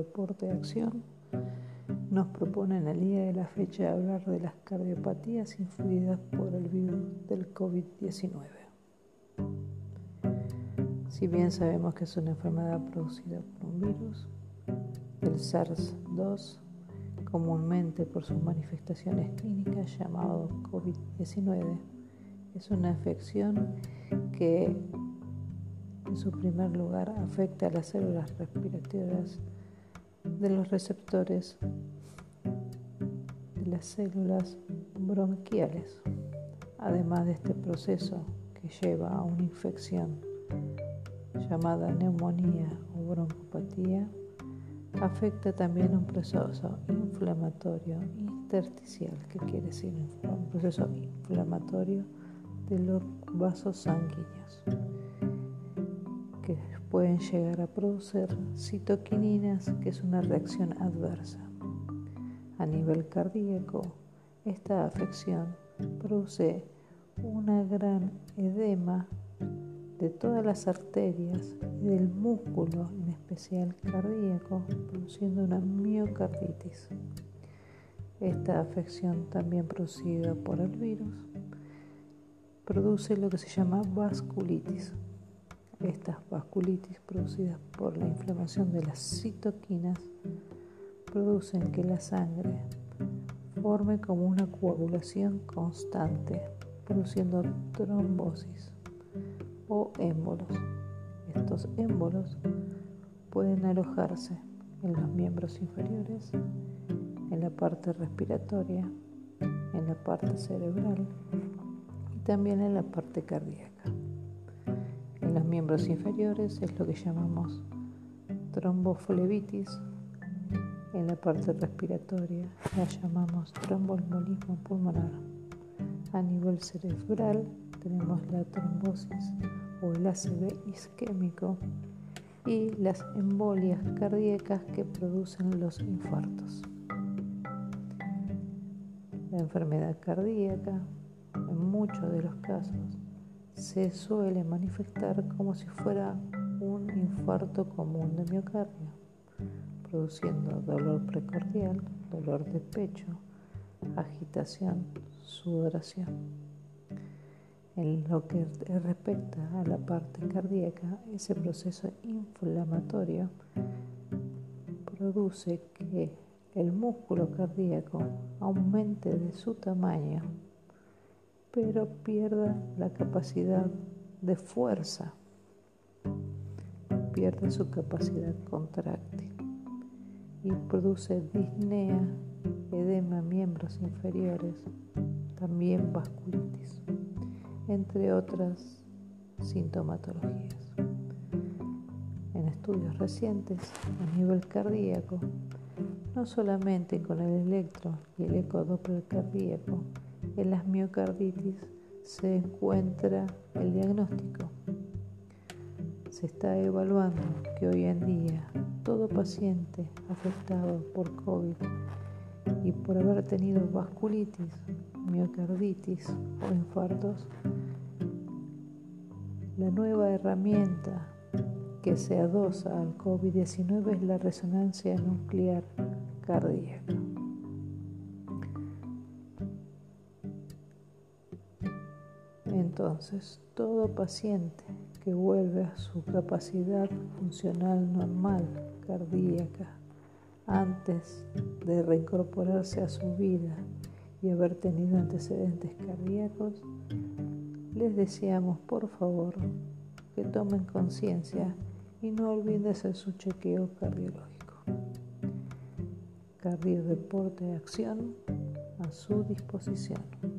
Deporte de Acción nos propone en el día de la fecha hablar de las cardiopatías influidas por el virus del COVID-19. Si bien sabemos que es una enfermedad producida por un virus, el SARS-2, comúnmente por sus manifestaciones clínicas llamado COVID-19, es una infección que en su primer lugar afecta a las células respiratorias de los receptores de las células bronquiales. Además de este proceso que lleva a una infección llamada neumonía o broncopatía, afecta también un proceso inflamatorio intersticial, que quiere decir un proceso inflamatorio de los vasos sanguíneos, que pueden llegar a producir citoquininas, que es una reacción adversa. A nivel cardíaco, esta afección produce una gran edema de todas las arterias y del músculo, en especial cardíaco, produciendo una miocarditis. Esta afección, también producida por el virus, produce lo que se llama vasculitis. Estas vasculitis, producidas por la inflamación de las citoquinas, producen que la sangre forme como una coagulación constante, produciendo trombosis o émbolos. Estos émbolos pueden alojarse en los miembros inferiores, en la parte respiratoria, en la parte cerebral y también en la parte cardíaca. En los miembros inferiores es lo que llamamos tromboflebitis. En la parte respiratoria la llamamos tromboembolismo pulmonar. A nivel cerebral tenemos la trombosis o el ACV isquémico y las embolias cardíacas que producen los infartos. La enfermedad cardíaca, en muchos de los casos, se suele manifestar como si fuera un infarto común de miocardio, produciendo dolor precordial, dolor de pecho, agitación, sudoración. En lo que respecta a la parte cardíaca, ese proceso inflamatorio produce que el músculo cardíaco aumente de su tamaño, pero pierda la capacidad de fuerza, pierde su capacidad contráctil y produce disnea, edema en miembros inferiores, también vasculitis, entre otras sintomatologías. En estudios recientes a nivel cardíaco, no solamente con el electro y el ecodoppler cardíaco, en las miocarditis se encuentra el diagnóstico. Se está evaluando que hoy en día todo paciente afectado por COVID y por haber tenido vasculitis, miocarditis o infartos, la nueva herramienta que se adosa al COVID-19 es la resonancia nuclear cardíaca. Entonces, todo paciente que vuelve a su capacidad funcional normal cardíaca antes de reincorporarse a su vida y haber tenido antecedentes cardíacos, les deseamos por favor que tomen conciencia y no olviden hacer su chequeo cardiológico. Cardiodeporte de Acción a su disposición.